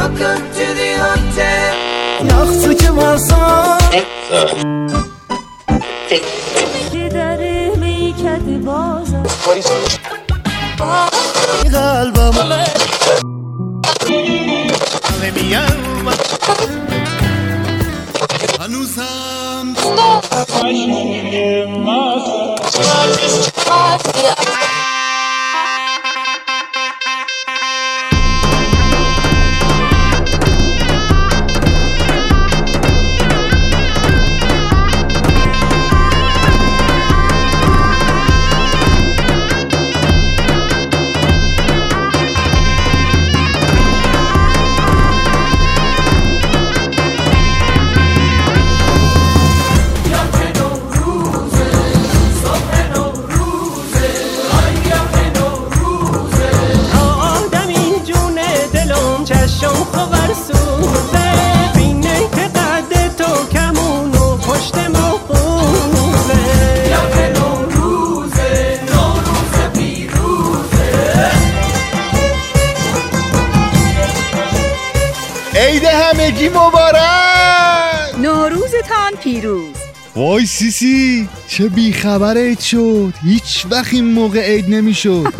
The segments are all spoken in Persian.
Welcome to the hotel. یاخته که مازان که داره میکد بازم قلبم نمیم هنوزم عید همگی مبارک. نوروزتان پیروز. وای سیسی چه بیخبر عید شد، هیچ وقت این موقع عید نمیشد.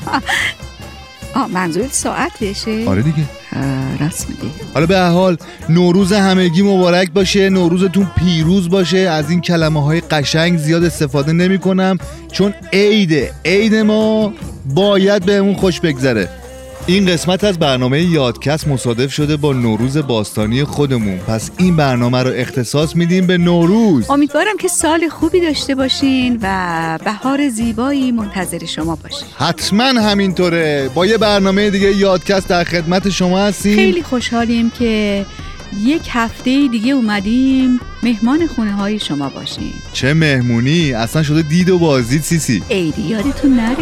منظورت ساعتشه؟ آره دیگه، راست میگی. حالا به هر حال نوروز همگی مبارک باشه، نوروزتون پیروز باشه. از این کلمه های قشنگ زیاد استفاده نمی کنم چون عید ما باید بهمون خوش بگذره. این قسمت از برنامه یادکست مصادف شده با نوروز باستانی خودمون، پس این برنامه رو اختصاص میدیم به نوروز. امیدوارم که سال خوبی داشته باشین و بهار زیبایی منتظر شما باشه. حتما همینطوره. با یه برنامه دیگه یادکست در خدمت شما هستیم. خیلی خوشحالیم که یک هفته دیگه اومدیم مهمان خونه های شما باشیم. چه مهمونی، اصلا شده دید و بازدید سیسی. عیدی یادتون نره.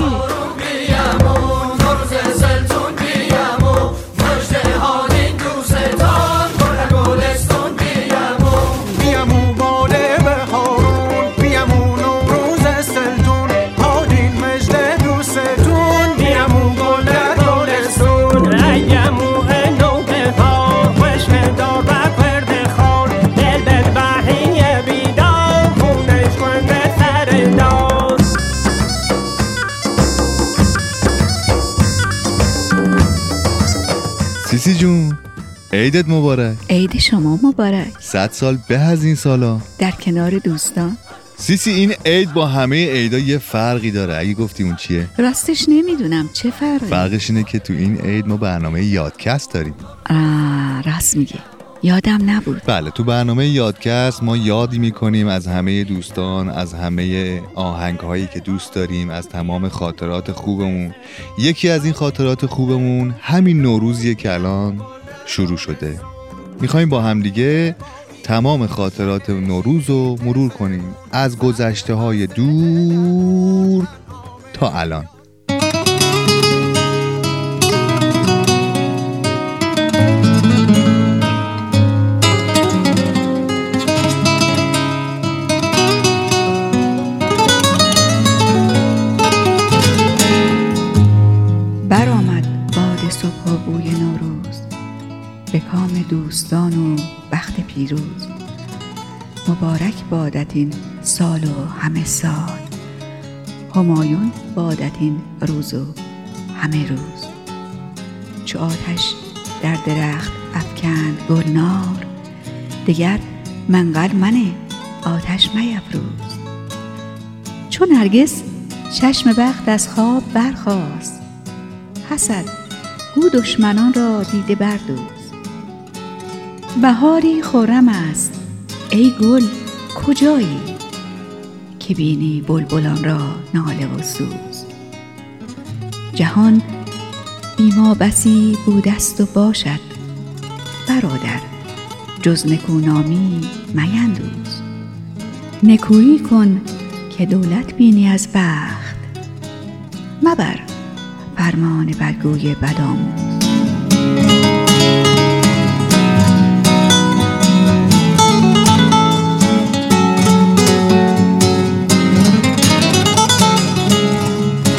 سیسی جون عیدت مبارک. عید شما مبارک. 100 سال به از این سالا در کنار دوستان. سیسی این عید با همه عیدا یه فرقی داره، اگه گفتی اون چیه؟ راستش نمیدونم چه فرقی. فرقش اینه که تو این عید ما برنامه یادکست داریم. راست میگی، یادم نبود. بله، تو برنامه یادکست ما یادی میکنیم از همه دوستان، از همه آهنگهایی که دوست داریم، از تمام خاطرات خوبمون. یکی از این خاطرات خوبمون همین نوروزیه که الان شروع شده. میخوایم با هم دیگه تمام خاطرات نوروز رو مرور کنیم، از گذشته های دور تا الان. برآمد باد صبح و بوی نوروز، به کام دوستان و بخت پیروز. مبارک بادت این سال و همه سال، همایون بادت این روز و همه روز. چو آتش در درخت افکند گلنار، دگر منقل منه آتش میفروز. چو نرگس چشم بخت از خواب برخاست، حسد گو دشمنان را دیده بردوز. بهاری خرم است ای گل کجایی، که بینی بلبلان را ناله و سوز. جهان بی ما بسی بودست و باشد، برادر جز نکونامی میندوز. نکویی کن که دولت بینی از بخت، مبر فرمان بدگوی بدآموز.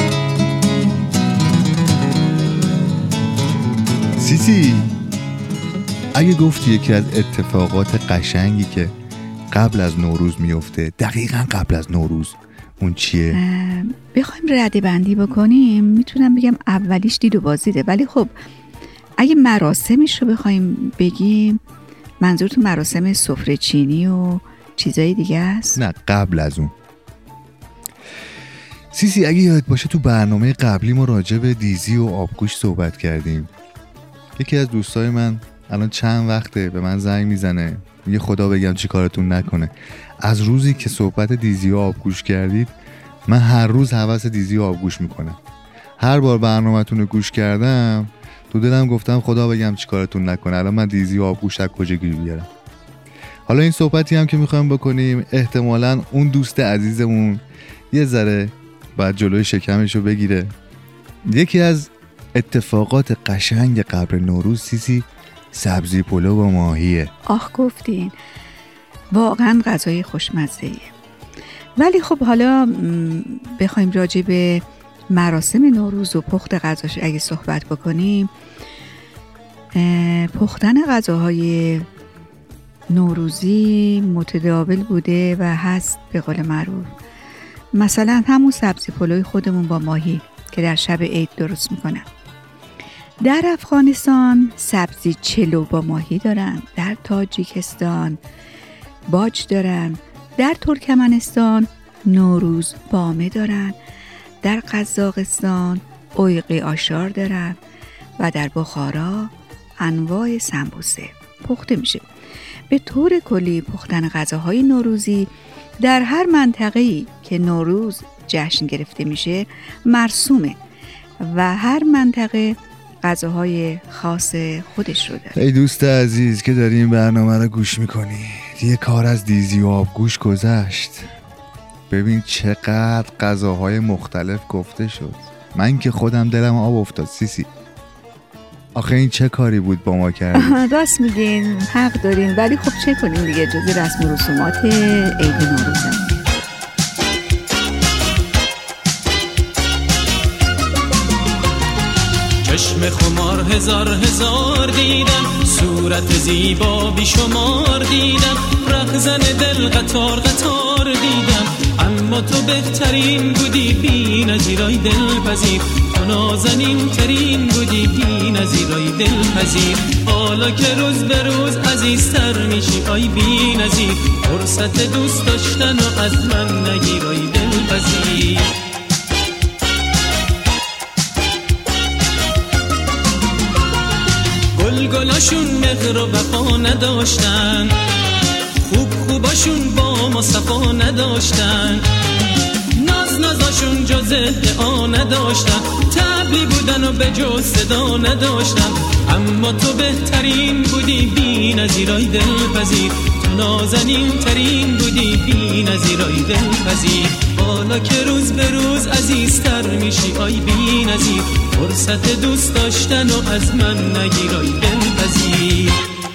سیسی اگه گفتی یکی از اتفاقات قشنگی که قبل از نوروز میفته، دقیقاً قبل از نوروز، اون چیه؟ بخوایم رده بندی بکنیم میتونم بگم اولیش دید و بازدیده، ولی خب اگه مراسمش رو بخوایم بگیم منظورتون مراسم سفره چینی و چیزای دیگه است؟ نه، قبل از اون. سیسی اگه یاد باشه تو برنامه قبلی ما راجع به دیزی و آبگوش صحبت کردیم. یکی از دوستای من الان چند وقته به من زنگ میزنه میگه خدا بگم چی کارتون نکنه، از روزی که صحبت دیزی و آبگوش کردید من هر روز هوس دیزی و آبگوش میکنم. هر بار برنامه‌تون رو گوش کردم تو دلم گفتم خدا بگم چی کارتون نکنه، الان من دیزی و آبگوش از کجا گیر بیارم. حالا این صحبتی هم که میخوایم بکنیم احتمالاً اون دوست عزیزمون یه ذره باید جلوی شکمشو بگیره. یکی از اتفاقات قشنگ قبل نوروز سیسی سبزی پلو با ماهیه. آخ گفتین، واقعا غذای خوشمزه‌ایه. ولی خب حالا بخوایم راجع به مراسم نوروز و پخت غذاش اگه صحبت بکنیم، پختن غذاهای نوروزی متداول بوده و هست به قول معروف. مثلا همون سبزی پلوی خودمون با ماهی که در شب عید درست میکنن. در افغانستان سبزی چلو با ماهی دارن، در تاجیکستان باج دارن، در ترکمنستان نوروز بامه دارن، در قزاقستان اویقی آشار دارن و در بخارا انواع سمبوسه پخته میشه. به طور کلی پختن غذاهای نوروزی در هر منطقه‌ای که نوروز جشن گرفته میشه مرسومه و هر منطقه غذاهای خاص خودش رو داره. ای دوست عزیز که داری این برنامه رو گوش میکنی، یه کار از دیزی و آبگوش گذشت. ببین چقدر غذاهای مختلف گفته شد. من که خودم دلم آب افتاد سیسی. آخه این چه کاری بود با ما کردید؟ راست میگین، حق دارین، ولی خب چه کنیم دیگه، جزء رسم و رسومات عید نوروزه. چشم خمار هزار دیدم، صورت زیبا بیشمار دیدم، رهزن دل قطار دیدم، اما تو بهترین بودی بی نظیرای دلپذیر، تو نازنین ترین بودی بی نظیرای دلپذیر. حالا که روز به روز عزیزتر میشی آی بی نظیر، فرصت دوست داشتن و از من نگیرای دلپذیر. گلاشون مهر و وفا نداشتن، خوباشون با ما صفا نداشتن، نازاشون جز ادعا نداشتن، طبلی بودن و به جز صدا نداشتن، اما تو بهترین بودی بی نظیرای دلپذیر، تو نازنین ترین بودی بی نظیرای دلپذیر. حالا که روز به روز عزیزتر میشی آی بی نظیر، فرصت دوست داشتن و از من نگیرای دلپذیر.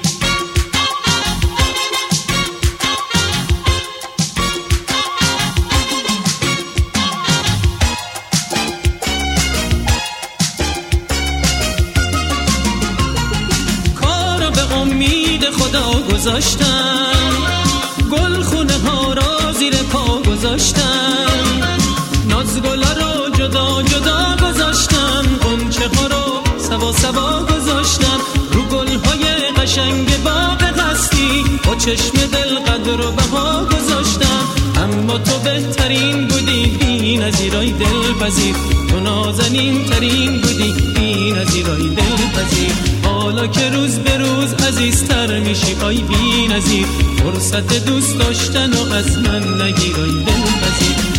کارو به امید خدا گذاشتن، گل خونه ها را زیر پا گذاشتن، نازگلا رو جدا گذاشتن، غنچه ها رو سوا گذاشتن، رو گل های قشنگ باغ هستی با چشم دل قدر و بها گذاشتن، اما تو بهترین بودی بی نظیرای دلپذیر، تو نازنین ترین بودی بی نظیرای دلپذیر. حالا که روز به روز عزیزتر میشی آی بی نظیر، فرصت دوست داشتن و از من نگیرای دلپذیر.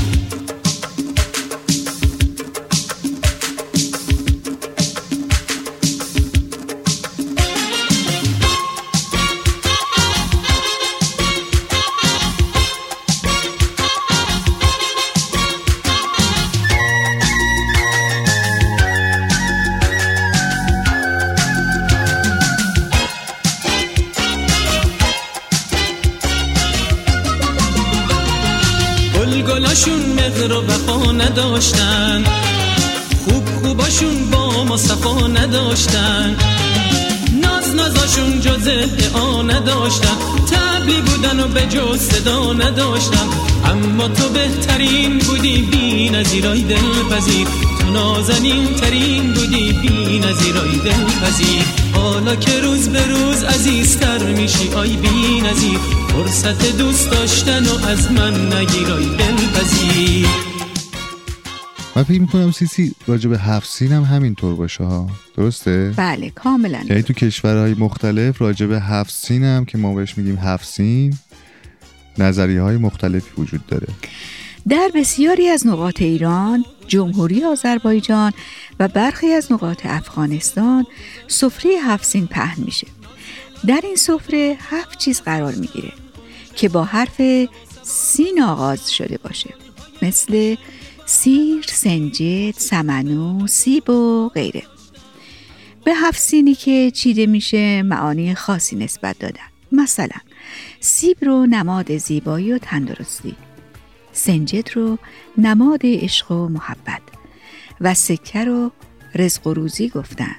گلاشون مهر و وفا نداشتن، خوباشون با ما صفا نداشتن، ازشون جز ادعا نداشتم، طبلی بودن و به جز صدا نداشتم، اما تو بهترین بودی بی نظیرای دلپذیر، تو نازنین ترین بودی بی نظیرای دلپذیر. حالا که روز به روز عزیزتر میشی آی بی نظیر، فرصت دوست داشتن و از من نگیرای دلپذیر. من فکر میکنم سیسی راجع به 7 سین هم همینطور باشه ها، درسته؟ بله کاملا. یعنی تو کشورهای مختلف راجع به 7 سین هم که ما بهش میگیم 7 سین نظریه های مختلفی وجود داره. در بسیاری از نقاط ایران، جمهوری آذربایجان و برخی از نقاط افغانستان سفره 7 سین پهن میشه. در این سفره 7 چیز قرار میگیره که با حرف سین آغاز شده باشه، مثل سیر، سنجد، سمنو، سیب و غیره. به 7 سینی که چیده میشه معانی خاصی نسبت دادن. مثلا سیب رو نماد زیبایی و تندرستی، سنجد رو نماد عشق و محبت و سکه رو رزق و روزی گفتند.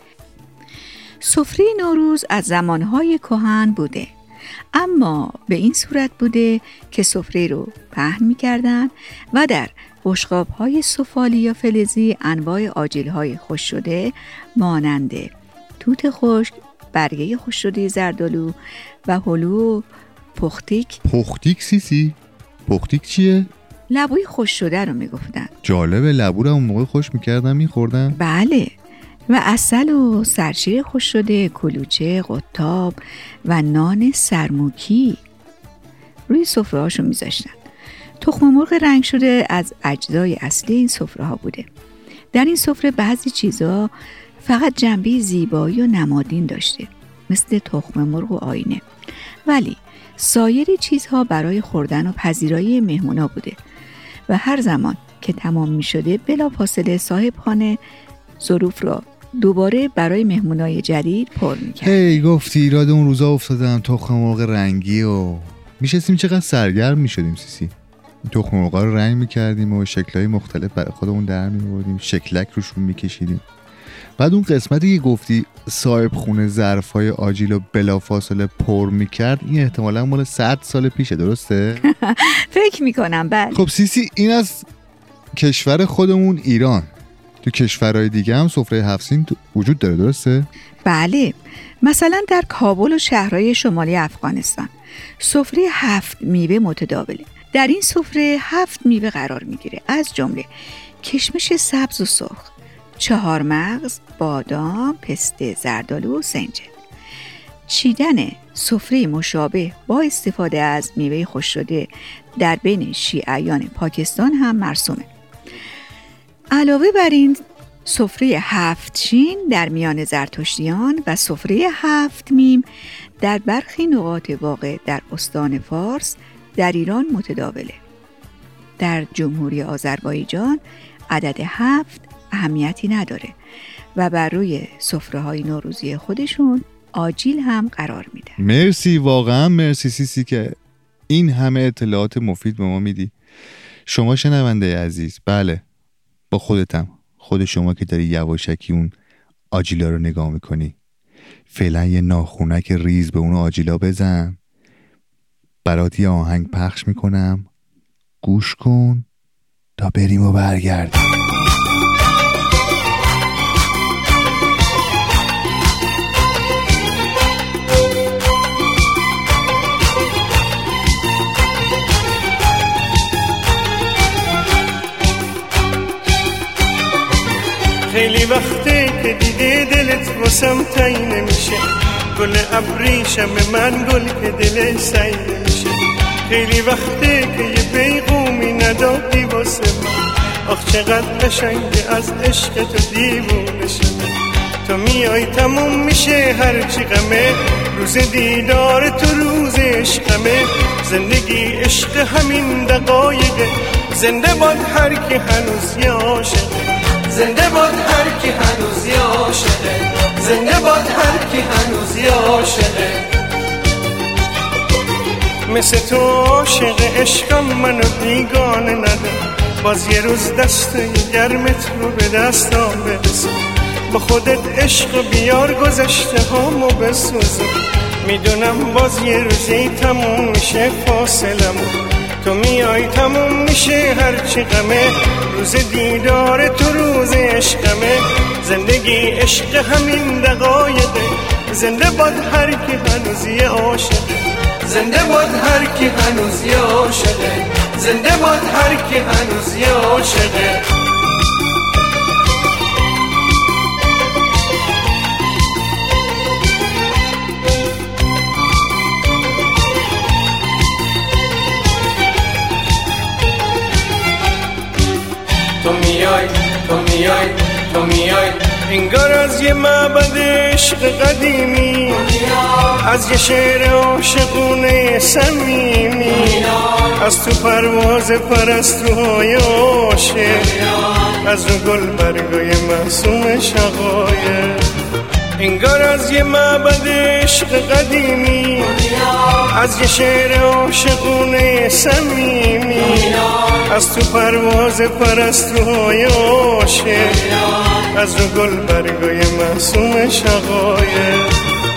سفره نوروز از زمانهای کهن بوده، اما به این صورت بوده که سفره رو پهن می‌کردن و در بشقاب‌های سفالی یا فلزی انواع آجیل‌های خشک شده مانند توت خشک، برگه خشک شده زردآلو و هلو و پختیک. پختیک سیسی؟ پختیک چیه؟ لبوی خشک شده رو میگفتن. جالبه، لبو رو اون موقع خشک میکردن میخوردن؟ بله، و عسل و سرشیر خشک شده، کلوچه، قطاب و نان سرموکی روی سفره هاشو میذاشتن. تخم مرغ رنگ شده از اجزای اصلی این سفره ها بوده. در این سفره بعضی چیزا فقط جنبه زیبایی و نمادین داشته، مثل تخم مرغ و آینه، ولی سایر چیزها برای خوردن و پذیرایی مهمونا بوده و هر زمان که تمام می شده بلافاصله صاحب خانه ظروف را دوباره برای مهمونای جدید پر می کرد. هی گفتی ایراد اون روزا افتادم، تخم مرغ رنگی و میشستیم چقدر سرگرم می شدیم سیسی. تخم مرغ رو رنگ می کردیم و شکلهای مختلف برای خودمون در می بردیم، شکلک روشون می کشیدیم. بعد اون قسمتی که گفتی صاحب خونه ظرفای آجیل رو بلافاصله پر میکرد، این احتمالاً مال 100 سال پیشه، درسته؟ فکر میکنم بله. خب سیسی، این از کشور خودمون ایران. تو کشورهای دیگه هم سفره 7 سین وجود داره، درسته؟ بله، مثلا در کابل و شهرهای شمالی افغانستان سفره 7 میوه متداوله. در این سفره 7 میوه قرار میگیره، از جمله کشمش سبز و سرخ، 4 مغز، بادام، پسته، زردآلو و سنجد. چیدن سفره مشابه با استفاده از میوه خشک شده در بین شیعیان پاکستان هم مرسومه. علاوه بر این، سفره 7 شین در میان زرتشتیان و سفره 7 میم در برخی نقاط واقع در استان فارس در ایران متداوله. در جمهوری آذربایجان عدد 7 اهمیتی نداره و بر روی سفره‌های نوروزی خودشون آجیل هم قرار میده. مرسی، واقعا مرسی سیسی که این همه اطلاعات مفید به ما میدی. شما شنونده عزیز، بله با خودتم، خود شما که داری یواشکی اون آجیلا رو نگاه میکنی، فعلا یه ناخونک ریز به اون آجیلا بزن، برات یه آهنگ پخش میکنم، گوش کن تا بریم و برگردیم. خیلی وقته که دیگه دلت واسم تایی نمیشه، گل ابریشم من گل که دلش سعی نمیشه. خیلی وقته که یه پیغومی ندادی واسه من، آخ چقدر قشنگه از عشق تو دیوونه شدم. تو میای تموم میشه هرچی غمه، روز دیدار تو روز عشقمه. زندگی عشق همین دقایقه، زنده باد هر کی هنوز یه عاشقه، زنده باد هر کی هنوز یه عاشقه، زنده باد هر کی هنوز یه عاشقه. مثل تو عاشق عشقم منو بیگانه نده، باز یه روز دست گرمت رو به دستام برسون. با خودت عشق بیار گذشته هامو بسوزم. میدونم باز یه روزی تموم میشه فاصلمون، تو میای تموم میشه هرچی غمه، روز دیدار تو روز عشقمه. زندگی عشق همین دقایقه، زنده باد هر کی هنوز یه عاشقه، زنده باد هر کی هنوز یه عاشقه، زنده باد هر کی هنوز یه عاشقه. تو میای تو میای تو میای انگار از یه معبد عشق قدیمی، از یه شعر عاشقونه صمیمی، از تو پرواز پرستوهای عاشق، از رو گل برگای معصوم شقایق. انگار از یه معبد عشق قدیمی، از یه شعر عاشقونه صمیمی، از تو پرواز پرستوهای عاشق، از رو گل برگای معصوم شقایق.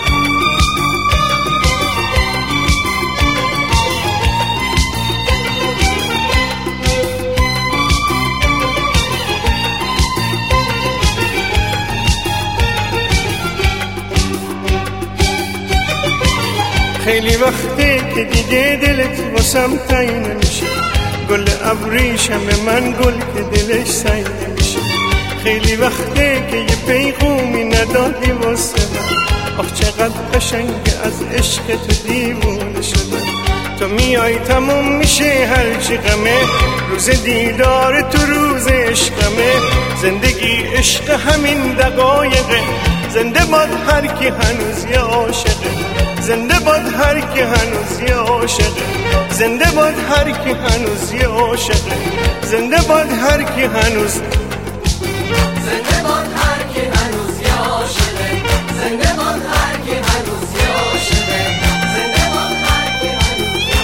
خیلی وقته که دیگه دلت واسم تنگ نمیشه، گل ابریشم من گل که دلش سنگ نمیشه. خیلی وقته که یه پیغومی ندادی واسه من، آخ چقدر قشنگه از عشق تو دیوونه شدم. تو میای تموم میشه هرچی غمه، روز دیدار تو روز عشقمه. زندگی عشق همین دقایقه، زنده باد هر کی هنوز یه عاشقه، زنده باد هر کی هنوز یه عاشقه، زنده باد هر کی هنوز یه عاشقه، زنده باد هر کی هنوز، زنده باد هر کی هنوز یه عاشقه، زنده باد هر کی هنوز یه عاشقه، زنده باد هر کی هنوز یه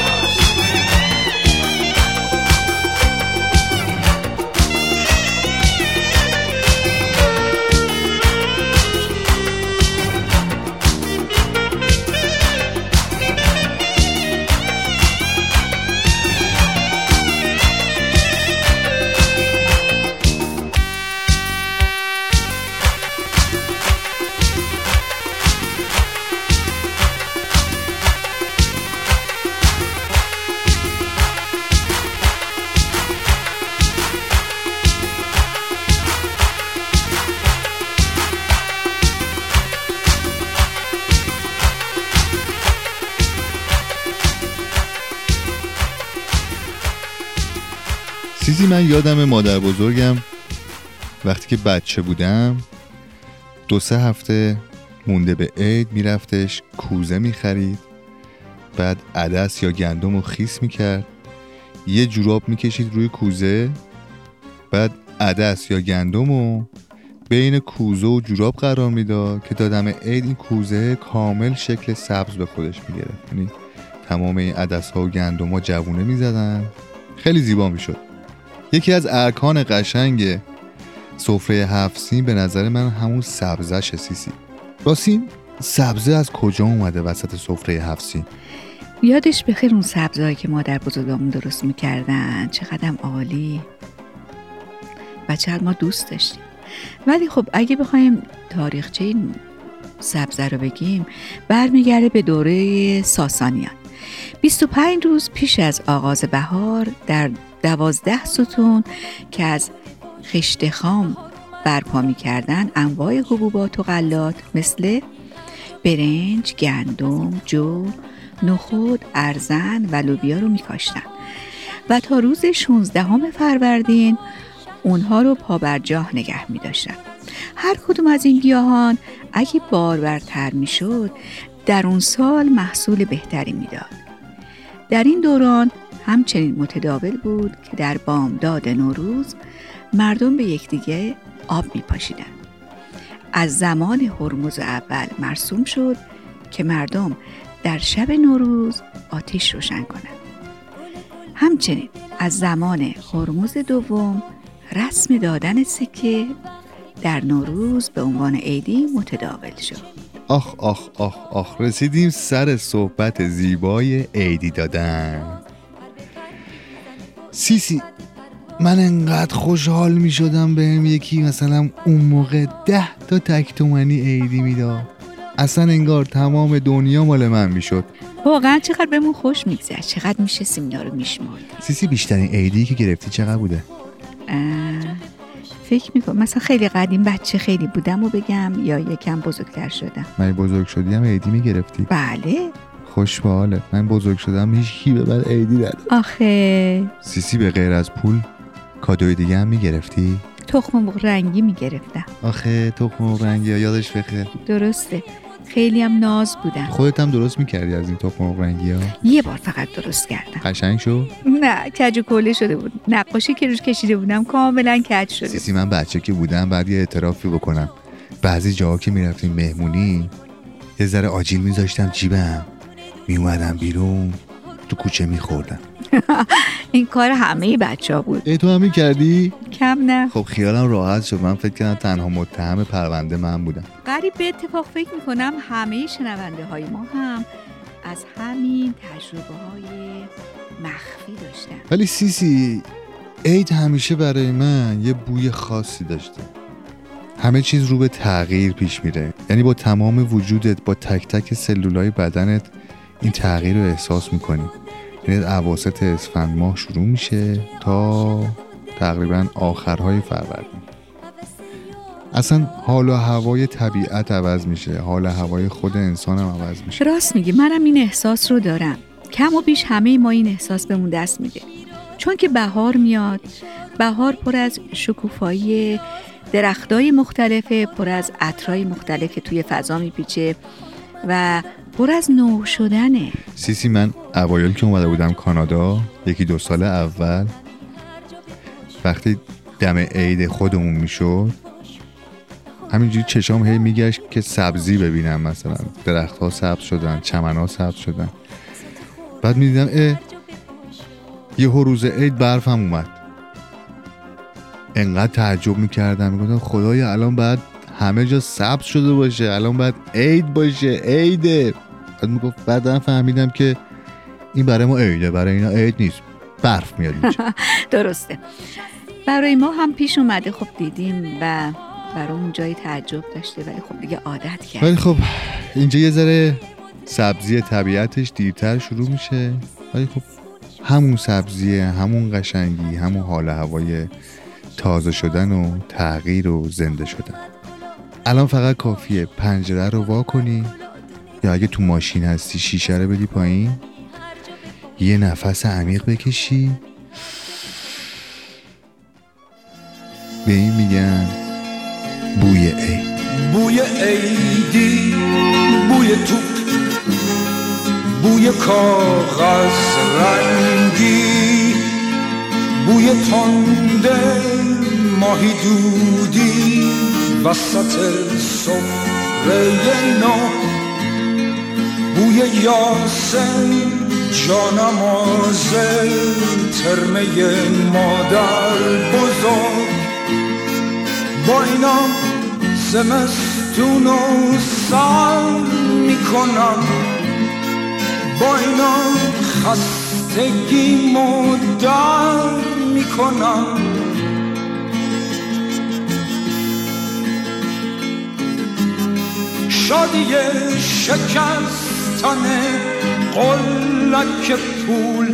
چیزی من یادم مادر بزرگم وقتی که بچه بودم 2-3 هفته مونده به عید میرفتش کوزه میخرید، بعد عدس یا گندم رو خیس میکرد، یه جوراب میکشید روی کوزه، بعد عدس یا گندم رو بین کوزه و جوراب قرار میداد که تا دم عید این کوزه کامل شکل سبز به خودش میگرفت. یعنی تمام این عدس ها و گندم ها جوونه میزدن، خیلی زیبا میشد. یکی از ارکان قشنگ سفره 7 سین به نظر من همون سبزش سیسی. راستی سبزه از کجا اومده وسط سفره 7 سین؟ یادش بخیر اون سبزهایی که مادر بزرگامون درست میکردن چقدر عالی و چقدر ما دوست داشتیم. ولی خب اگه بخوایم تاریخچه این سبزه رو بگیم برمیگرده به دوره ساسانیان. 25 روز پیش از آغاز بهار در 12 ستون که از خشت خام برپا می کردن انواع حبوبات و غلات مثل برنج، گندم، جو، نخود، ارزن و لوبیا رو می کاشتن و تا روز 16 فروردین اونها رو پابرجاه نگه می داشتن. هر کدوم از این گیاهان اگه بارورتر می شد در اون سال محصول بهتری می داد. در این دوران همچنین متداول بود که در بامداد نوروز مردم به یکدیگه آب می پاشیدن. از زمان هرمز اول مرسوم شد که مردم در شب نوروز آتش روشن کنند. همچنین از زمان هرمز دوم رسم دادن سکه در نوروز به عنوان عیدی متداول شد. آخ آخ آخ آخ، رسیدیم سر صحبت زیبای عیدی دادن. سیسی، من انقدر خوشحال می شدم بهم یکی مثلا اون موقع 10 تا تک تومنی عیدی میداد. اصلا انگار تمام دنیا مال من می شد. واقعا چقدر بهمون خوش میگذشت، چقدر میشه اینا رو میشمرد. سیسی، بیشترین عیدی که گرفتی چقدر بوده؟ فکر میکنم مثلا خیلی قدیم بچه خیلی بودم و بگم یا یکم بزرگتر شدم. من بزرگ شدی هم عیدی میگرفتی؟ بله. خوش به حالت. من بزرگ شدم هیچ کی به من عیدی نداد. آخه سیسی، به غیر از پول کادوی دیگه هم میگرفتی؟ تخم مرغ رنگی میگرفتم. آخه تخم مرغ رنگی یادش بخیر. درسته، خیلی هم ناز بودم. خودت هم درست میکردی از این تخم مرغ رنگی ها؟ یه بار فقط درست کردم. قشنگ شد؟ نه، کج و کوله شده بود. نقاشی که روش کشیده بودم کاملا کج شده. سیسی، من بچه که بودم بعد یه اعترافی بکنم. بعضی جاها که میرفتیم مهمونی یه ذره آجیل میذاشتم جیبم، میومدم بیرون تو کوچه میخوردم. این کار همه بچه‌ها بود. ای تو هم میکردی؟ کم نه. خب خیالم راحت شد. من فکر کردم تنها متهم پرونده من بودم. قریب به اتفاق فکر میکنم همه شنونده های ما هم از همین تجربه های مخفی داشتن. ولی سیسی، عید همیشه برای من یه بوی خاصی داشته. همه چیز رو به تغییر پیش میره. یعنی با تمام وجودت، با تک تک سلولای بدنت این تغییر رو احساس میکنی. یعنی اواسط اسفند ماه شروع میشه تا تقریبا آخرهای فروردین. اصلا حال و هوای طبیعت عوض میشه، حال و هوای خود انسان هم عوض میشه. راست میگی، منم این احساس رو دارم. کم و بیش همه ما این احساس بهمون دست میده. چون که بهار میاد، بهار پر از شکوفایی درختای مختلفه، پر از عطرهای مختلف که توی فضا میپیچه و پر از نو شدنه. سیسی، من اوایل که اومده بودم کانادا، 1-2 سال اول، وقتی دم عید خودمون میشد، همینجوری چشام هی میگشت که سبزی ببینم، مثلا درختها سبز شدن، چمنها سبز شدن. بعد میدیدم یه روز عید برف هم اومد. انقدر تعجب میکردم، میگفتم خدایا الان باید همه جا سبز شده باشه، الان باید عید باشه، عیده. بعد فهمیدم که این برای ما عیده، برای اینا عید نیست، برف میاد اینجا. درسته، برای ما هم پیش اومده. خب دیدیم و برامون جای تعجب داشته، ولی خب دیگه عادت کرد. ولی خب اینجا یه ذره سبزی طبیعتش دیرتر شروع میشه، ولی خب همون سبزیه، همون قشنگی، همون حال هوای تازه شدن و تغییر و زنده شدن. الان فقط کافیه پنجره رو وا کنی، یا اگه تو ماشین هستی شیشه رو بدی پایین، یه نفس عمیق بکشی. به این میگن بوی عید. بوی عیدی، بوی توپ، بوی کاغذ رنگی، بوی تنده ماهی دودی وسط سفره نو، بوی یاسم جانماز ترمه مادر بزرگ. با اینا زمستون و سر میکنم، با اینا خستگی مدر میکنم. شادی شکستن قلک پول،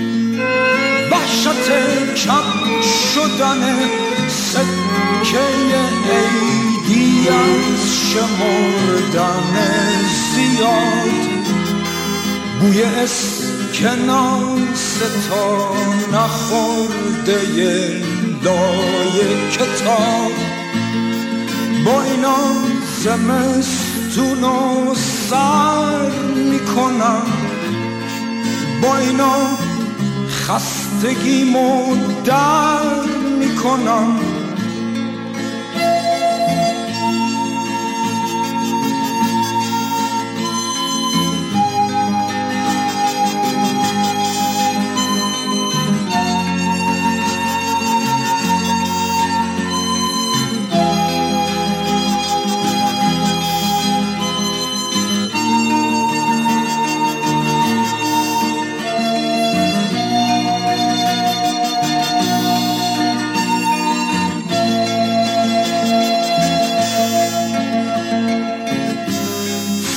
وحشت کم شدن سکه عیدی از شمردن زیاد، بوی اسکناس تا نخورده لای کتاب. با اینا زمستون و سر میکنم، با اینا خستگیمو در میکنم.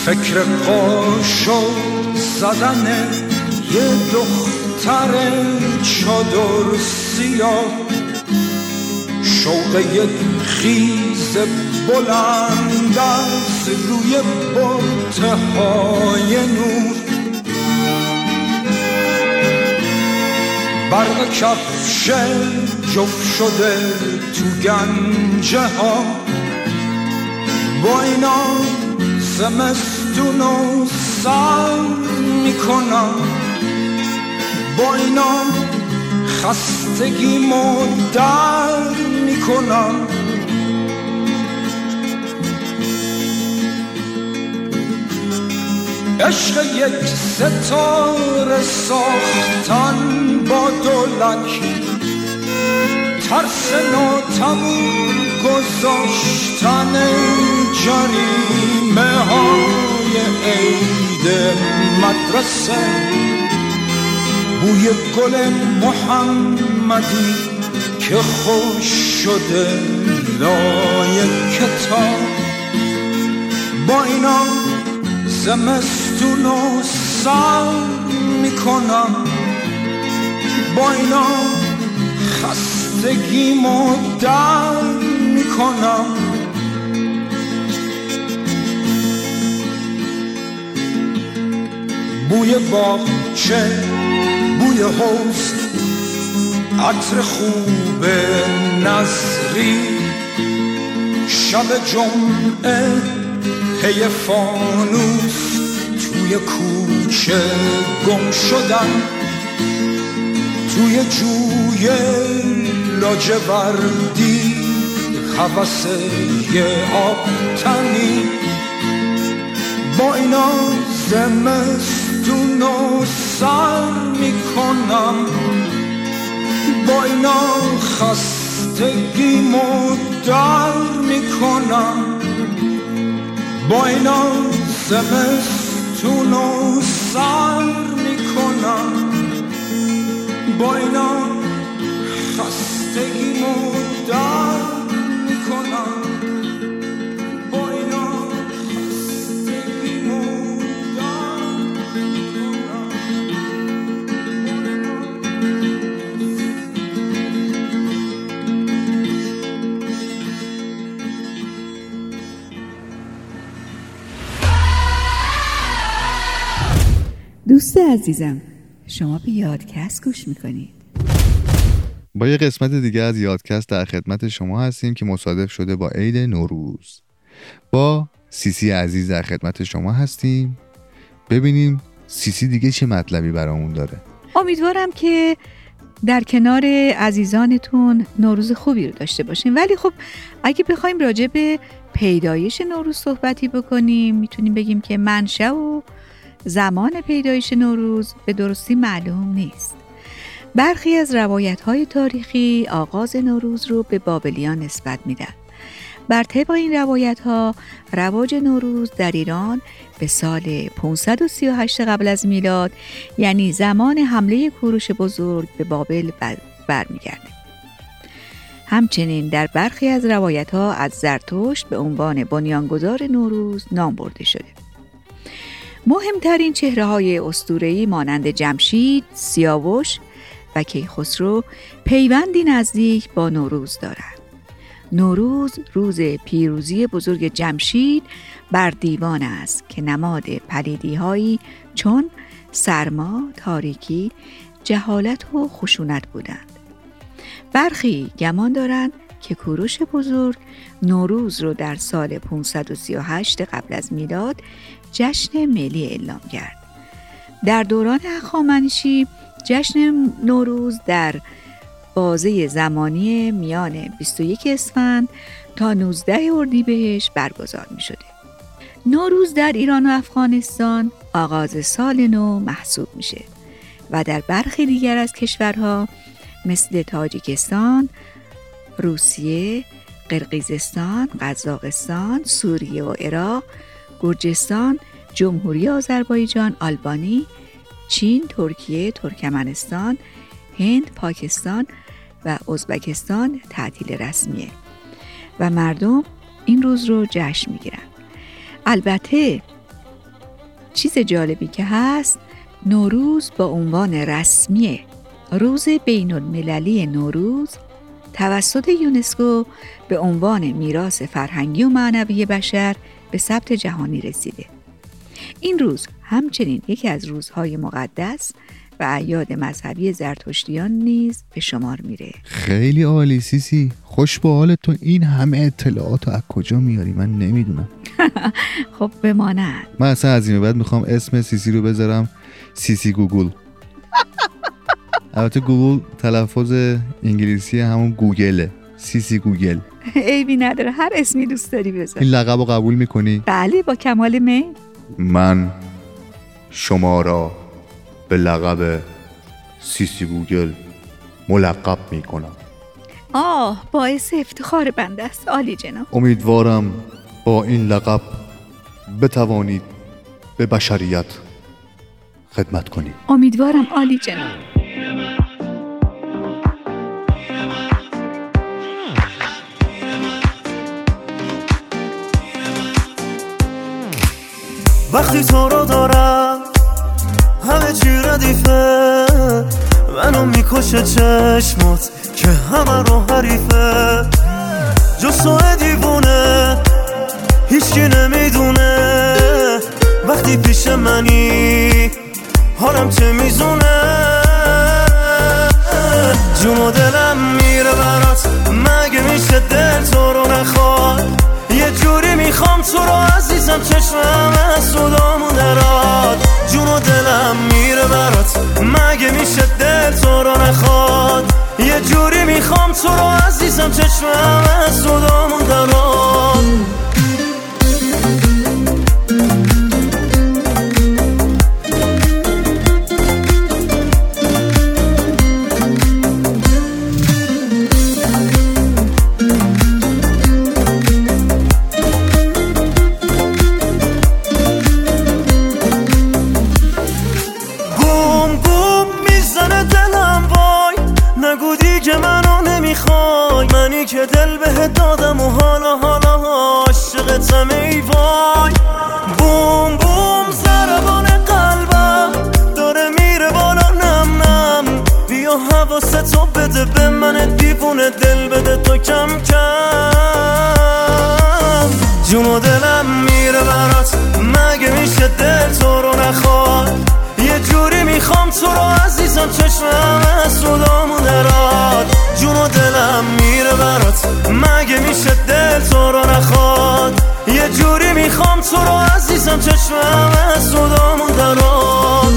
فکر قاشق زدن یه دختر چادر سیاه، شوق یک خیز بلند از روی برده های نور، برق کفش جفت شده تو گنجه ها، با اینا زمستونو سر میکنم، با اینا خستگیمو در میکنم. عشق یک ستاره ساختن با دولک، ترس ناتموم گذاشتن جریمه های عید مدرسه، بوی گل محمدی که خوش شده لای کتاب، با اینا زمستونو سر میکنم، با اینا خستگیمو در میکنم. بوی باغچه، بوی حوض، عطر خوب نظری، شب جمعه پی فانوس توی کوچه گم شدن، توی جوی لاجوردی هوس یه آبتنی، با اینا زمستونو سر میکنم، با اینا خستگیمو در میکنم، با اینا زمستونو سر میکنم، با اینا خستگیمو در میکنم، با اینا خستگیمو در میکنم. دوست عزیزم، شما به یادکست گوش میکنید. با یه قسمت دیگه از یادکست در خدمت شما هستیم که مصادف شده با عید نوروز. با سیسی عزیز در خدمت شما هستیم. ببینیم سیسی دیگه چه مطلبی برامون داره. امیدوارم که در کنار عزیزانتون نوروز خوبی رو داشته باشیم. ولی خب اگه بخوایم راجع به پیدایش نوروز صحبتی بکنیم، میتونیم بگیم که منشأ و زمان پیدایش نوروز به درستی معلوم نیست. برخی از روایت‌های تاریخی آغاز نوروز رو به بابلیان نسبت میدن. بر طبق این روایت‌ها رواج نوروز در ایران به سال 538 قبل از میلاد، یعنی زمان حمله کوروش بزرگ به بابل برمیگرده. همچنین در برخی از روایت‌ها از زرتشت به عنوان بنیانگذار نوروز نام برده شده. مهمترین چهره‌های اسطوره‌ای مانند جمشید، سیاوش و کیخسرو پیوندی نزدیک با نوروز دارند. نوروز روز پیروزی بزرگ جمشید بر دیوان است که نماد پلیدی‌هایی چون سرما، تاریکی، جهالت و خشونت بودند. برخی گمان دارند که کوروش بزرگ نوروز رو در سال 538 قبل از میلاد جشن ملی اعلام کرد. در دوران هخامنشی جشن نوروز در بازه زمانی میان 21 اسفند تا 19 اردیبهشت برگزار می شده. نوروز در ایران و افغانستان آغاز سال نو محسوب میشه و در برخی دیگر از کشورها مثل تاجیکستان، روسیه، قرقیزستان، قزاقستان، سوریه و عراق، گرجستان، جمهوری آذربایجان، آلبانی، چین، ترکیه، ترکمنستان، هند، پاکستان و ازبکستان تعطیل رسمیه و مردم این روز رو جشن میگیرن. البته چیز جالبی که هست، نوروز با عنوان رسمی روز بین المللی نوروز توسط یونسکو به عنوان میراث فرهنگی و معنوی بشر به ثبت جهانی رسیده. این روز همچنین یکی از روزهای مقدس و اعیاد مذهبی زرتشتیان نیز به شمار میره. خیلی عالی سیسی، خوش به حالت. تو این همه اطلاعات از کجا میاری؟ من نمیدونم. خب بماند. من اصلا از این بعد میخوام اسم سیسی رو بذارم سیسی گوگل. البته گوگل تلفظ انگلیسی همون گوگله، سیسی گوگل. عیبی نداره، هر اسمی دوست داری بذار. این لقب رو قبول میکنی؟ بله، با کمال میل. من شما را به لقب سیسی گوگل ملقب میکنم. باعث افتخار بنده است. عالی جناب. امیدوارم با این لقب بتوانید به بشریت خدمت کنید. امیدوارم. عالی جناب. وقتی تو رو دارم همه چی ردیفه، منو میکشه چشمات که همه رو حریفه. جز تو دیوونه هیچکی نمیدونه، وقتی پیش منی حالم چه میزونه. جون و دلم میره برات، مگه میشه دل تو رو نخواد؟ یه جوری میخوام تو رو عزیزم، چشمم از صدامون دراد. جون و دلم میره برات، مگه میشه دل تو رو نخواد؟ یه جوری میخوام تو رو عزیزم، چشمم از صدامون دراد. که دل بهت دادم و حالا عاشقتم ای وای. بوم بوم ضربان قلبم داره میره بالا، نم نم. بیا حواستو بده به من دیوونه، دل بده تو کم کم. جون و دلم میره برات، مگه میشه دل تو رو نخواد؟ یه جوری میخوام تو رو عزیزم، چشمم از صدامون دراد. جون و دلم میره برات، مگه میشه دل تو رو نخواد؟ یه جوری میخوام تو رو عزیزم، چشمم از صدامون دراد.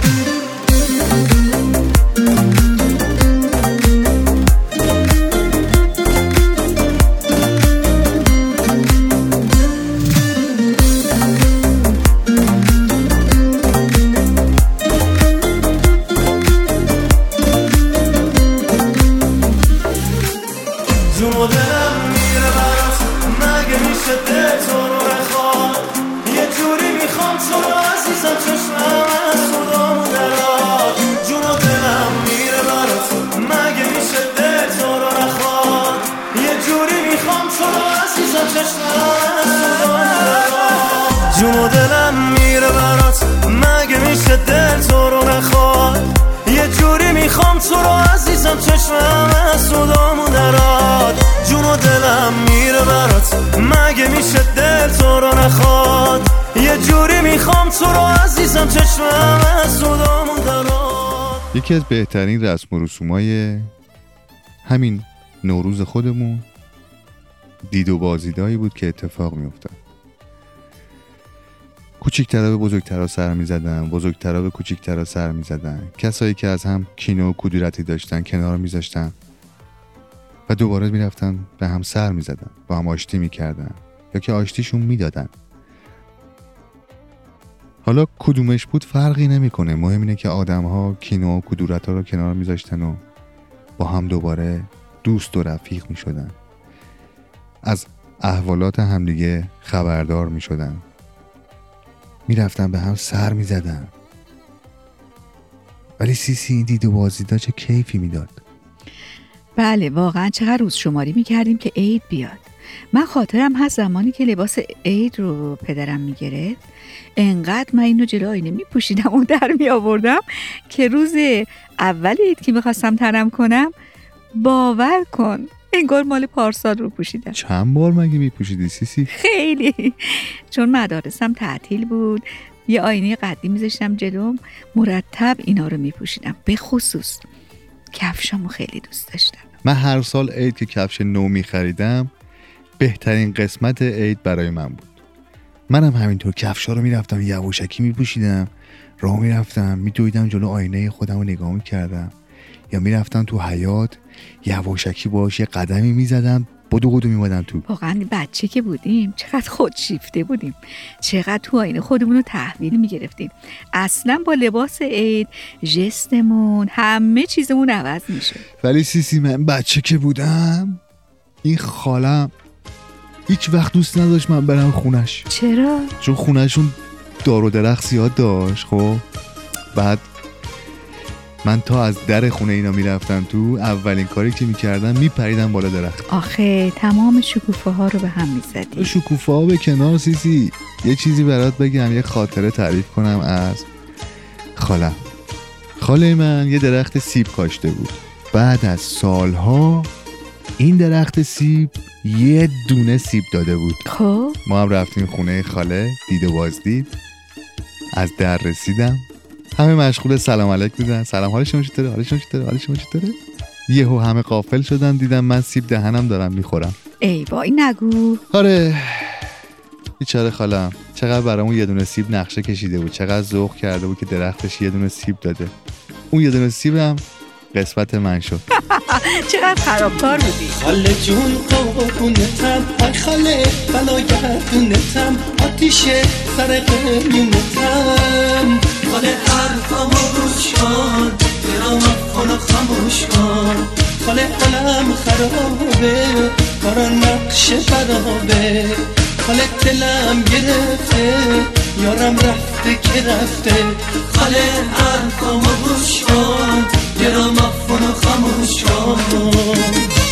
جون و دلم میره برات، مگه میشه دل تو رو نخواد؟ یه جوری میخوام تو رو عزیزم، چشمم از صدامون دراد. جون و دلم میره برات، مگه میشه دل تو رو نخواد؟ یه جوری میخوام تو رو عزیزم، چشمم از صدامون دراد. یکی از بهترین رسم و رسومای همین نوروز خودمون دید و بازدیدایی بود که اتفاق میافتاد. کوچیک‌ترا به بزرگترا سر می‌زدن، بزرگترا به کوچیک‌ترا سر می‌زدن. کسایی که از هم کینه و کدورتی داشتن کنار می‌ذاشتن و دوباره می‌رفتن به هم سر می‌زدن، با هم آشتی می‌کردن یا که آشتیشون میدادن. حالا کدومش بود فرقی نمی‌کنه، مهم اینه که آدم‌ها کینه و کدورت‌ها رو کنار می‌ذاشتن و با هم دوباره دوست و رفیق می‌شدن. از احوالات همدیگه خبردار می‌شدن. میرفتن به هم سر میزدن. ولی سیسی این دید و بازدیدا چه کیفی میداد. بله واقعا چقدر روز شماری میکردیم که عید بیاد. من خاطرم هست زمانی که لباس عید رو پدرم میگرفت، انقدر من اینو جلو آینه میپوشیدم و در میآوردم که روز اول عید که میخواستم تنم کنم، باور کن انگار مال پارسال رو پوشیدم. چند بار مگه میپوشیدی سیسی؟ خیلی، چون مدارسم تعطیل بود، یه آینه قدیم میذاشتم جلوم، مرتب اینا رو میپوشیدم. به خصوص کفشامو خیلی دوست داشتم. من هر سال عید که کفش نو میخریدم، بهترین قسمت عید برای من بود. منم همینطور کفشا رو میرفتم یواشکی میپوشیدم، راه میرفتم میدویدم جلو آینه خودم رو نگاه میکردم، یا میرفتم تو حیاط یواشکی باش یه قدمی میزدم، بدو میمادم تو. واقعا بچه که بودیم چقدر خودشیفته بودیم، چقدر تو آینه خودمون رو تحویل میگرفتیم. اصلا با لباس عید ژستمون همه چیزمون عوض میشد. ولی سیسی من بچه که بودم، این خالم هیچ وقت دوست نداشت من برم خونش. چرا؟ چون خونهشون دار و درخت زیاد داشت. خب بعد من تا از در خونه اینا میرفتم تو، اولین کاری که میکردم میپریدم بالا درخت. آخه تمام شکوفه ها رو به هم میزدی. شکوفه ها به کنار سیسی، یه چیزی برات بگم، یه خاطره تعریف کنم از خالم. خاله من یه درخت سیب کاشته بود. بعد از سالها این درخت سیب یه دونه سیب داده بود. خب ما هم رفتیم خونه خاله، دید و بازدید. از در رسیدم، همه مشغول سلام علیک بودن، سلام حال شما چطوره، حال شما چطوره، حال شما چطوره. یهو همه غافل شدن، دیدم من سیب دهنم دارم میخورم. ای وای نگو. آره بیچاره خالم، چقدر برامون یه دونه سیب نقشه کشیده بود، چقدر ذوق کرده بود که درختش یه دونه سیب داده. اون یه دونه سیبم قسمت من شد. چقدر خرابکار بودی. خاله جون قربونتم، آی خاله بلاگردونتم، آتیشه سر قلیونتم. خاله حرفامو گوش کن، برام افغانو خاموش کن. خاله حالم خرابه، کارا نقش خرابه. خاله دلم گرفته، یارم رفته که رفته. خاله حرفامو گوش کن، گرامافونو خاموش کن.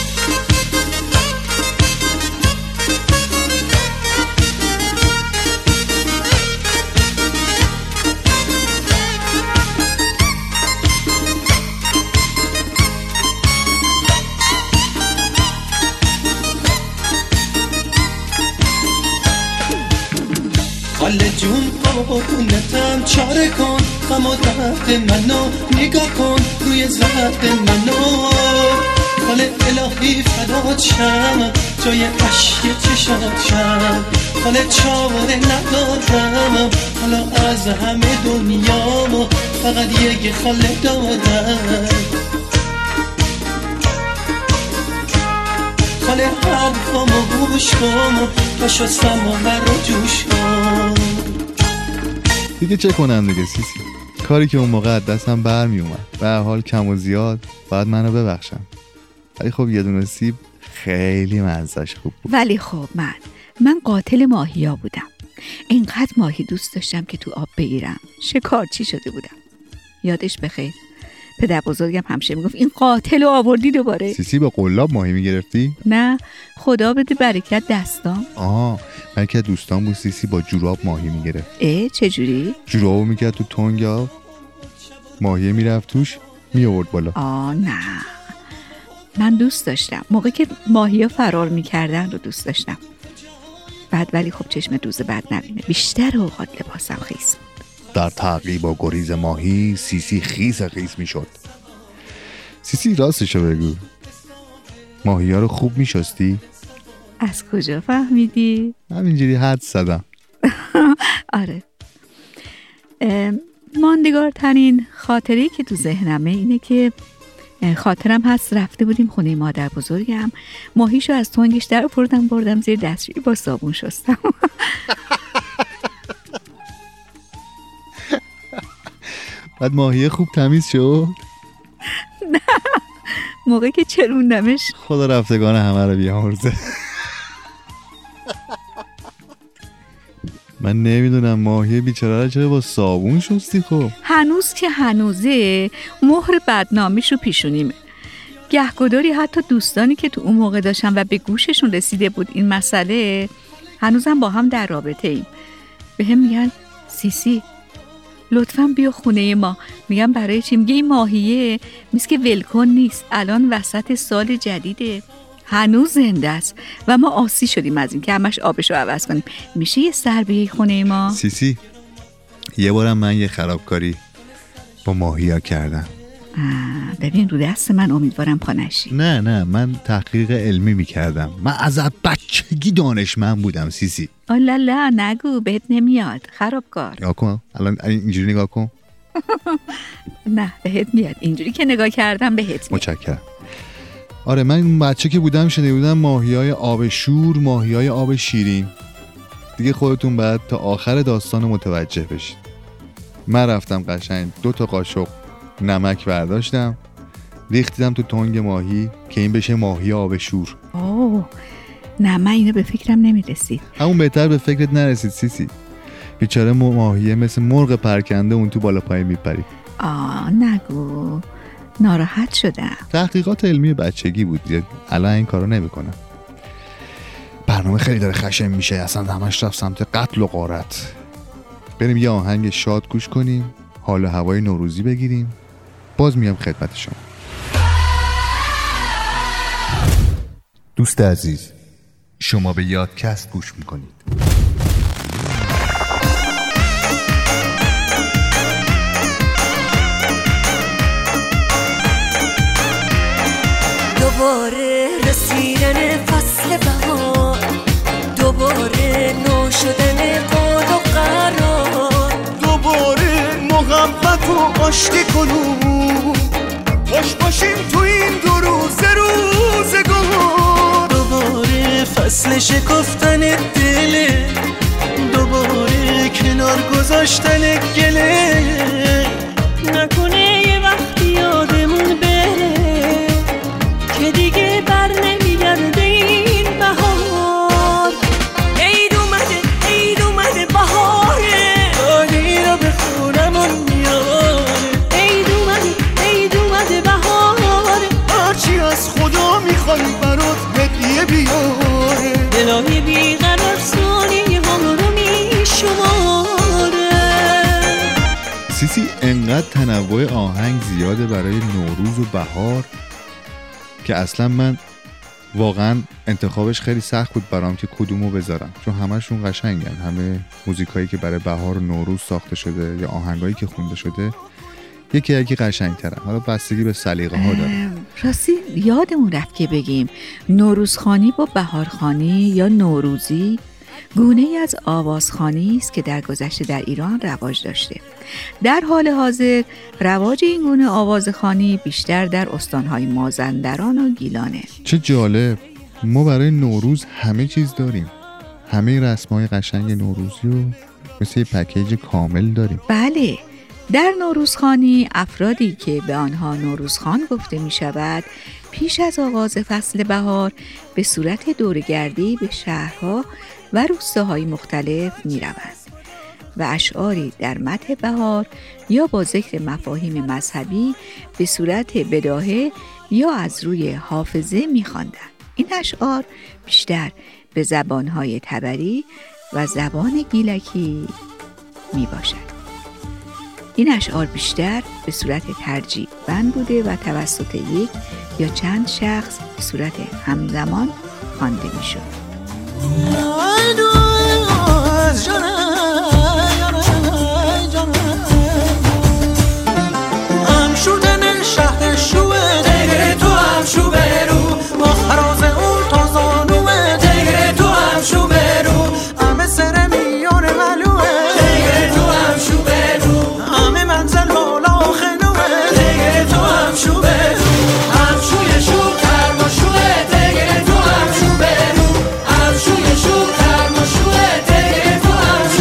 خاله جون قربونتم، چاره کن غم و درد منو، نگاه کن روی زرد منو. خاله الهی فدات شم، جای عشق چشات شم. خاله چاره ندارم، حالا از همه دنیامو فقط یک خاله دادم. خاله حرفامو گوش کن، پاشو سماور رو جوش کن. دیگه چه کنم دیگه سیسی، کاری که اون موقع از دستم برمی اومد. به هر حال کم و زیاد باید منو ببخشم، ولی خب یه دونه سیب خیلی مزهش خوب بود. ولی خب من قاتل ماهیا بودم. اینقدر ماهی دوست داشتم که تو آب بگیرم، شکارچی شده بودم. یادش بخیر پدر بزرگم همیشه میگفت این قاتل رو آوردی دوباره. سیسی با قلاب ماهی میگرفتی؟ نه خدا بده برکت دستام. من که دوستان بود سیسی با جوراب ماهی میگرفت. چجوری؟ جورابو میکرد تو تنگ آب، ماهی میرفت توش، میآورد بالا. نه من دوست داشتم موقعی که ماهیا فرار میکردن رو دوست داشتم. بعد ولی خب چشم دوز بد نبینه، بیشتر اوقات لباسم خیس بود. در تعقیب و گریز ماهی سیسی خیس میشد. سیسی راستشو بگو، ماهی ها رو خوب میشستی؟ از کجا فهمیدی؟ همینجوری حد زدم. آره. ماندگارترین خاطری که تو ذهنمه اینه که خاطرم هست رفته بودیم خونه مادر بزرگم، ماهیشو از تنگش در بردم زیر دستشویی با صابون شستم. بعد ماهی خوب تمیز شد؟ نه موقعی که چروندمش خدا رفتگان همه رو بیامرزه. من نمیدونم ماهی بیچاره رو چرا با صابون شستی؟ خب هنوز که هنوزه مهر بدنامیشو پیشونیمه. گهگداری حتی دوستانی که تو اون موقع داشتن و به گوششون رسیده بود این مسئله، هنوزم با هم در رابطه ایم، به هم میگن سیسی لطفاً بیا خونه ما. میگم برای چی؟ میگه این ماهیه میگه که ولکن نیست، الان وسط سال جدیده، هنوز زنده است و ما آسی شدیم از این که همش آبشو عوض کنیم. میشه یه سر بیای خونه ما؟ سیسی یه بارم من یه خرابکاری با ماهیا کردم. ببین رو دست من، امیدوارم پا نشی. نه من تحقیق علمی میکردم، من از بچگی دانشمند بودم سیسی. آلالا نگو، بهت نمیاد خرابکار. نگاه کن الان اینجوری نگاه کن. نه بهت میاد، اینجوری که نگاه کردم بهت میاد. متشکرم. آره من بچه که بودم شنیده بودم ماهیای آب شور، ماهیای آب شیرین. دیگه خودتون بعد تا آخر داستان متوجه بشید. من رفتم قشنگ 2 قاشق نمک برداشتم، ریختم تو تنگ ماهی که این بشه ماهی آب شور. اوه نه، من اینو به فکرم نمیرسید. همون بهتر به فکرت نرسید سیسی. بیچاره ماهیه مثل مرغ پرکنده اون تو بالا پای میپرید. نگو، ناراحت شدم. تحقیقات علمی بچگی بود، الان این کارو نمیکنم. برنامه خیلی داره خشن میشه، اصلا همش رفت سمت قتل و غارت. بریم یه آهنگ شاد گوش کنیم، حال و هوای نوروزی بگیریم، باز میام خدمت شما. دوست عزیز، شما به یادکست گوش میکنید. دوباره رسیدن فصل بهار، دوباره نو شدن قول و قرار، دوباره محبت و آشتی کنون، خوش باشیم تو این 2 روز روزگار. دوباره فصل شکفتن دله، دوباره کنار گذاشتن گله، نکنه یه وقتی یادمون بره که دیگه بر نمیگرده این بهار. عید اومده بهاره، دادی رو به خونمون میاره. عید اومده بهاره، هرچی از خدا میخوای برات هدیه بیاره. دلای بیقرار ثانیه ها رو میشماره. سیسی انقدر تنوع آهنگ زیاده برای نوروز و بهار که اصلا من واقعا انتخابش خیلی سخت بود برام که کدومو بذارم، چون همشون قشنگن. همه موزیکایی که برای بهار و نوروز ساخته شده یا آهنگایی که خونده شده یکی قشنگ‌ترن. حالا بستگی به سلیقه ها داره. راستی یادمون رفت که بگیم نوروزخوانی با بهارخوانی یا نوروزی گونه‌ای از آوازخوانی است که در گذشته در ایران رواج داشته. در حال حاضر رواج این گونه آوازخوانی بیشتر در استان‌های مازندران و گیلانه. چه جالب، ما برای نوروز همه چیز داریم، همه رسم‌های قشنگ نوروزی رو مثل یه پکیج کامل داریم. بله، در نوروزخوانی افرادی که به آنها نوروزخوان گفته می شود پیش از آغاز فصل بهار به صورت دوره‌گردی به شهرها و روستاهای مختلف می روند و اشعاری در مدح بهار یا با ذکر مفاهیم مذهبی به صورت بداهه یا از روی حافظه می خواندند. این اشعار بیشتر به زبانهای تبری و زبان گیلکی می باشد. این اشعار بیشتر به صورت ترجیع بند بوده و توسط یک یا چند شخص به صورت همزمان خوانده می شد. هم شدن شهر شوه دیگه تو هم شو برو، با خراز اون تا زانوه دیگه تو هم شو برو، همه سر میان ملوه دیگه تو هم شو برو، همه منزل بالا خنوه دیگه تو هم شو برو، هم شوی شو کرما شوه دیگه تو هم شو برو، هم شوی شو کرما شوه دیگه تو هم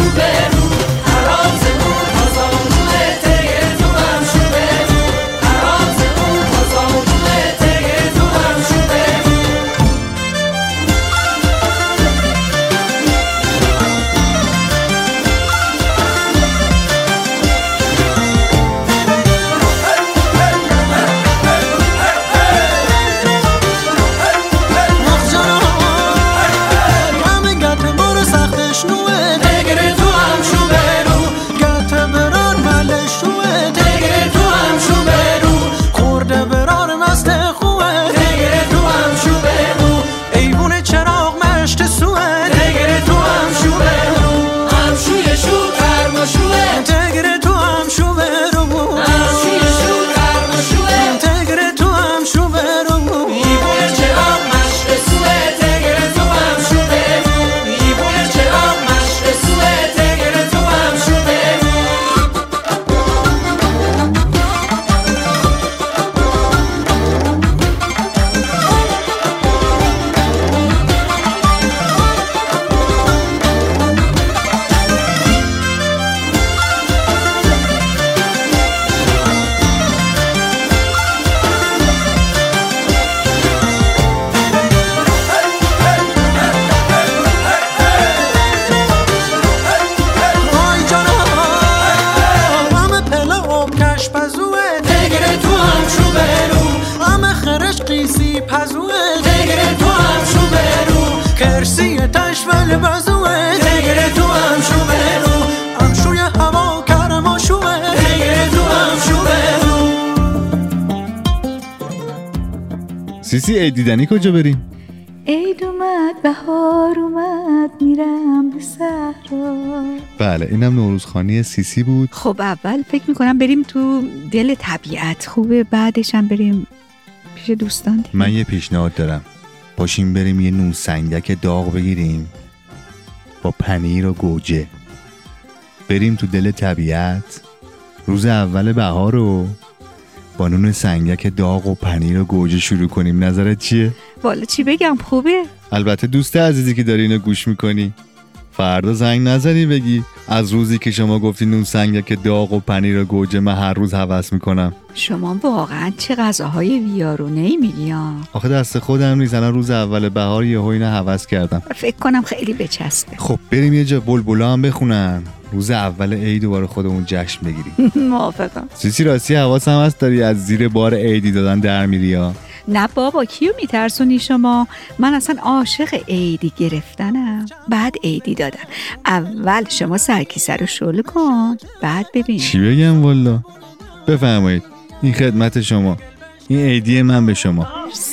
سیسی عید دیدنی کجا بریم؟ عید اومد بهار اومد میرم به صحرا. بله اینم نوروزخوانی سیسی بود. خب اول فکر میکنم بریم تو دل طبیعت، خوبه بعدش هم بریم پیش دوستان دیگه. من یه پیشنهاد دارم، پاشیم بریم یه نون سنگک داغ بگیریم با پنیر و گوجه، بریم تو دل طبیعت روز اول بهار رو با نون سنگک داغ و پنیر و گوجه شروع کنیم. نظرت چیه؟ والا چی بگم، خوبه. البته دوست عزیزی که داری اینو گوش میکنی، فردا زنگ نزنی بگی از روزی که شما گفتی نون سنگک داغ و پنیر و گوجه من هر روز هوس میکنم. شما واقعا چه غذاهای ویارونه‌ای میگی ها؟ آخه دست خودم نیست، الان روز اول بهار یهو اینو هوس کردم. فکر کنم خیلی بچسبه. خب بریم یه جا بلبلا هم بخونن، روز اول عید دوباره خودمون جشن بگیریم. موافقم. سیسی راستی حواسم هست داری از زیر بار عیدی دادن در میری ها؟ نه بابا کیو میترسونی شما؟ من اصلا عاشق عیدی گرفتنم، بعد عیدی دادن. اول شما سرکیسه رو شل کن بعد ببین. چی بگم والا؟ بفرمایید این خدمت شما، این عیدی من به شما.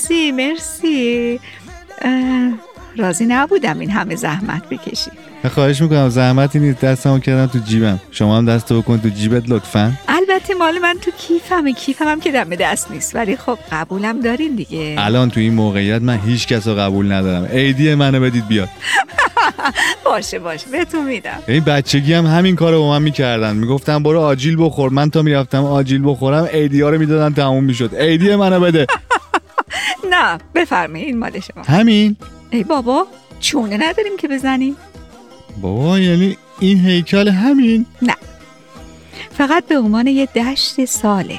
مرسی. راضی نبودم این همه زحمت بکشی. خواهش میکنم، زحمتی نیست، دستمو کردم تو جیبم، شما هم دستو بکن تو جیبت لطفاً. البته مال من تو کیفم هم که دم دست نیست، ولی خب قبولم دارین دیگه. الان تو این موقعیت من هیچ کس رو قبول ندارم، عیدی منو بدید بیاد. باشه بهتون میدم. این بچگی هم همین کارو با من میکردن، میگفتن برو آجیل بخور، من تا میرفتم آجیل بخورم عیدی‌ها رو میدادن تموم میشد. عیدی منو بده. نه بفرمایید این مال شما. همین؟ ای بابا چونه نداریم که بزنیم. بابا یعنی این هیکل همین؟ نه فقط به عنوان یه دشت ساله.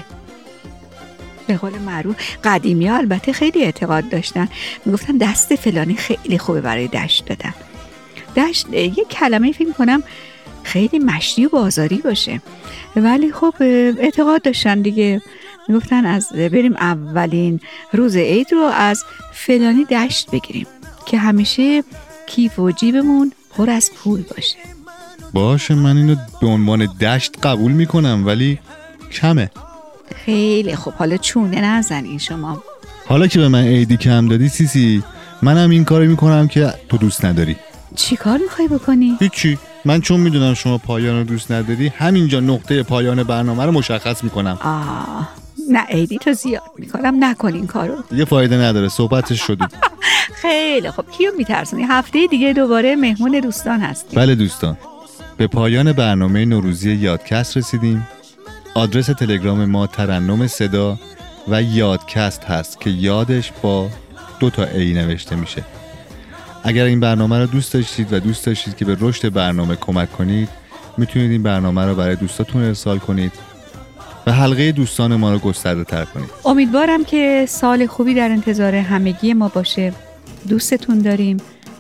به قول معروف قدیمی ها البته خیلی اعتقاد داشتن، میگفتن دست فلانی خیلی خوبه برای دشت دادن. دشت یه کلمه فکر کنم خیلی مشتی و بازاری باشه، ولی خب اعتقاد داشتن دیگه، میگفتن از بریم اولین روز عید رو از فلانی دشت بگیریم که همیشه کیف و جیبمون پر از پول باشه. باشه من اینو به عنوان دشت قبول میکنم ولی کمه. خیلی خب حالا چونه نزنین شما. حالا که به من عیدی کم دادی سیسی، منم این کارو میکنم که تو دوست نداری. چی کار میخوای بکنی؟ هیچی، من چون میدونم شما پایان رو دوست نداری همینجا نقطه پایان برنامه رو مشخص میکنم. نه عیدی تو زیاد میکنم، نکن این کارو دیگه، فایده نداره، صحبتش شدید. خیلی خب کیو میترسونی؟ هفته دیگه دوباره مهمون دوستان هستیم. بله دوستان، به پایان برنامه نوروزی یادکست رسیدیم. آدرس تلگرام ما ترنم صدا و یادکست هست که یادش با 2 ای نوشته میشه. اگر این برنامه رو دوست داشتید و دوست داشتید که به رشد برنامه کمک کنید، میتونید این برنامه رو برای دوستاتون ارسال کنید و حلقه دوستان ما رو گسترده تر کنید. امیدوارم که سال خوبی در انتظار همگی ما باشه. دوستتون داریم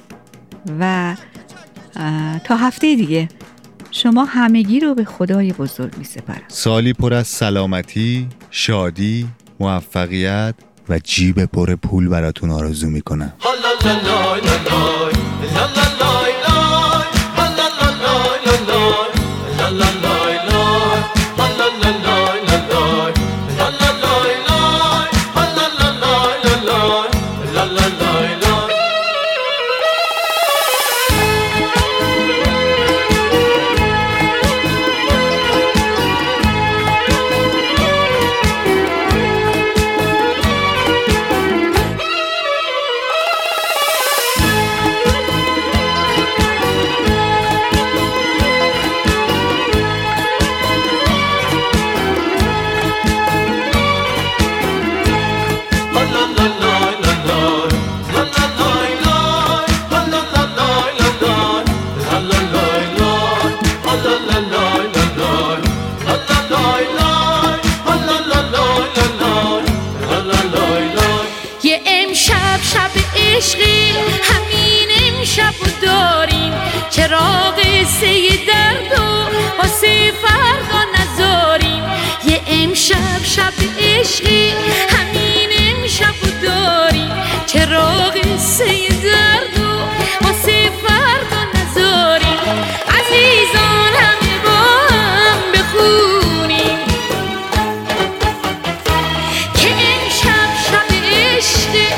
و تا هفته دیگه شما همگی رو به خدای بزرگ می‌سپارم. سالی پر از سلامتی، شادی، موفقیت و جیب پر پول براتون آرزو میکنم. عشقی همین امشب داریم، چراغ قصه درد و واسه فردا نذاریم. یه امشب شب عشقی همین امشب داریم، چراغ قصه درد و واسه فردا نذاریم. عزیزان همه با هم بخونیم که امشب شب عشقی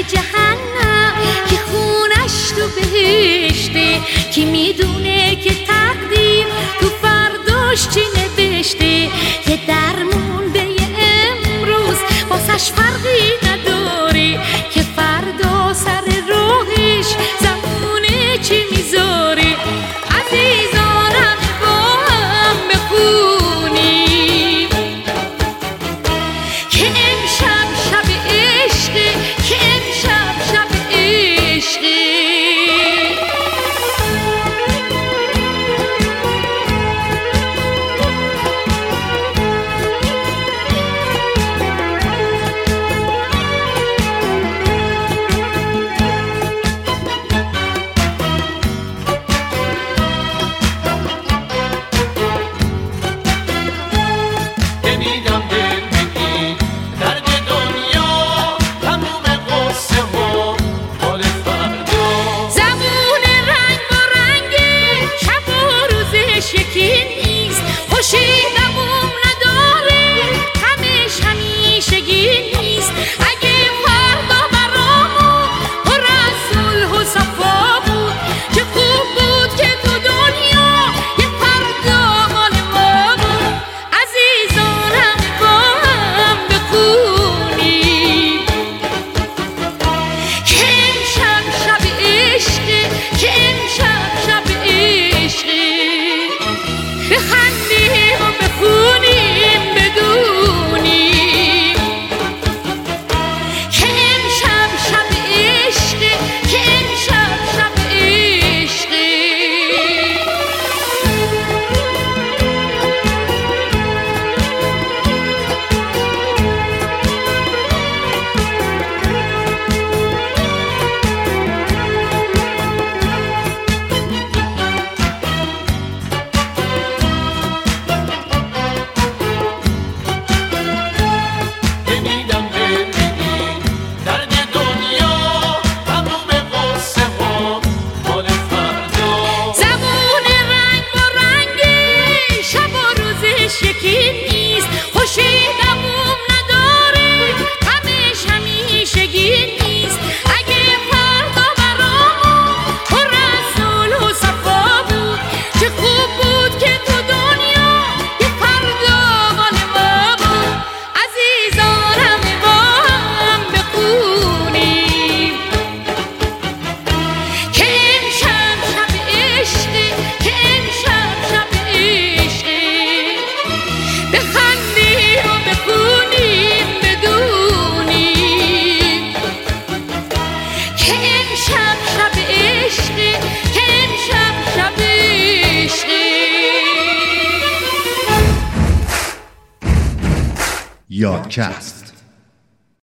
جهنم که خونش تو بهشته، کی میدونه که تقدیر تو فرداش چی نوشته. یه درمون به یه امروز واسش فرقی نداره که فردا سر راهش زمونه چی میذاره. عزیزانم با هم بخونیم که امشب شب عشقه، که امشب شب عشقه. یادکست